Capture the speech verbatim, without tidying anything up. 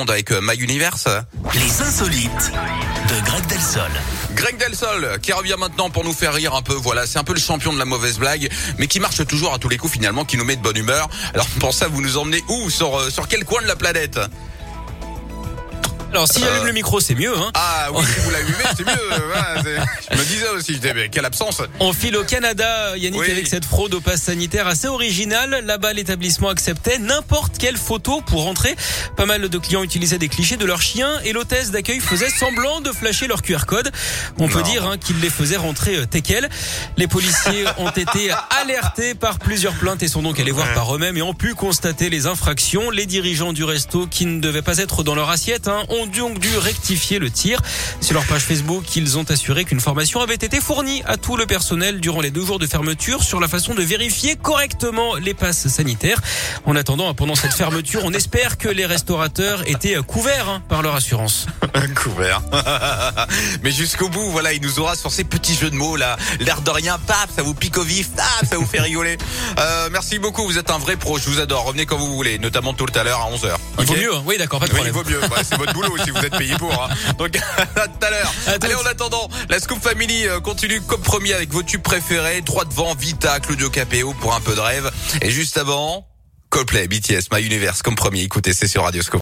monde avec My Universe. Les insolites de Greg Delsol. Greg Delsol qui revient maintenant pour nous faire rire un peu. Voilà, c'est un peu le champion de la mauvaise blague, mais qui marche toujours à tous les coups finalement, qui nous met de bonne humeur. Alors pour ça, vous nous emmenez où? Sur, euh, sur quel coin de la planète? Alors, si j'allume Euh... le micro, c'est mieux, hein. Ah oui, si vous l'allumez, c'est mieux. Voilà, c'est... Je me disais aussi, je disais, mais quelle absence. On file au Canada, Yannick, oui. Avec cette fraude au pass sanitaire assez originale. Là-bas, l'établissement acceptait n'importe quelle photo pour rentrer. Pas mal de clients utilisaient des clichés de leurs chiens et l'hôtesse d'accueil faisait semblant de flasher leur Q R code. On non. peut dire hein, qu'ils les faisaient rentrer euh, tels. Les policiers ont été alertés par plusieurs plaintes et sont donc allés voir par eux-mêmes et ont pu constater les infractions. Les dirigeants du resto, qui ne devaient pas être dans leur assiette, hein, ont donc dû rectifier le tir. Sur leur page Facebook, ils ont assuré qu'une formation avait été fournie à tout le personnel durant les deux jours de fermeture sur la façon de vérifier correctement les passes sanitaires. En attendant, pendant cette fermeture, on espère que les restaurateurs étaient couverts hein, par leur assurance. Couverts. Mais jusqu'au bout, voilà, il nous aura sur ces petits jeux de mots là. L'air de rien, paf, ça vous pique au vif, paf, ça vous fait rigoler. Euh, merci beaucoup, vous êtes un vrai pro, je vous adore. Revenez quand vous voulez, notamment tout à l'heure à onze heures. Il okay. vaut mieux, oui d'accord, pas de problème. Oui, il vaut mieux, bah, c'est votre boulot si vous êtes payé pour. Hein. Donc à tout à l'heure. À Allez, en attendant, la Scoop Family continue comme promis avec vos tubes préférés. Droit devant, Vita, Claudio Capéo pour un peu de rêve. Et juste avant, Coldplay, B T S, My Universe comme premier. Écoutez, c'est sur Radio Scoop.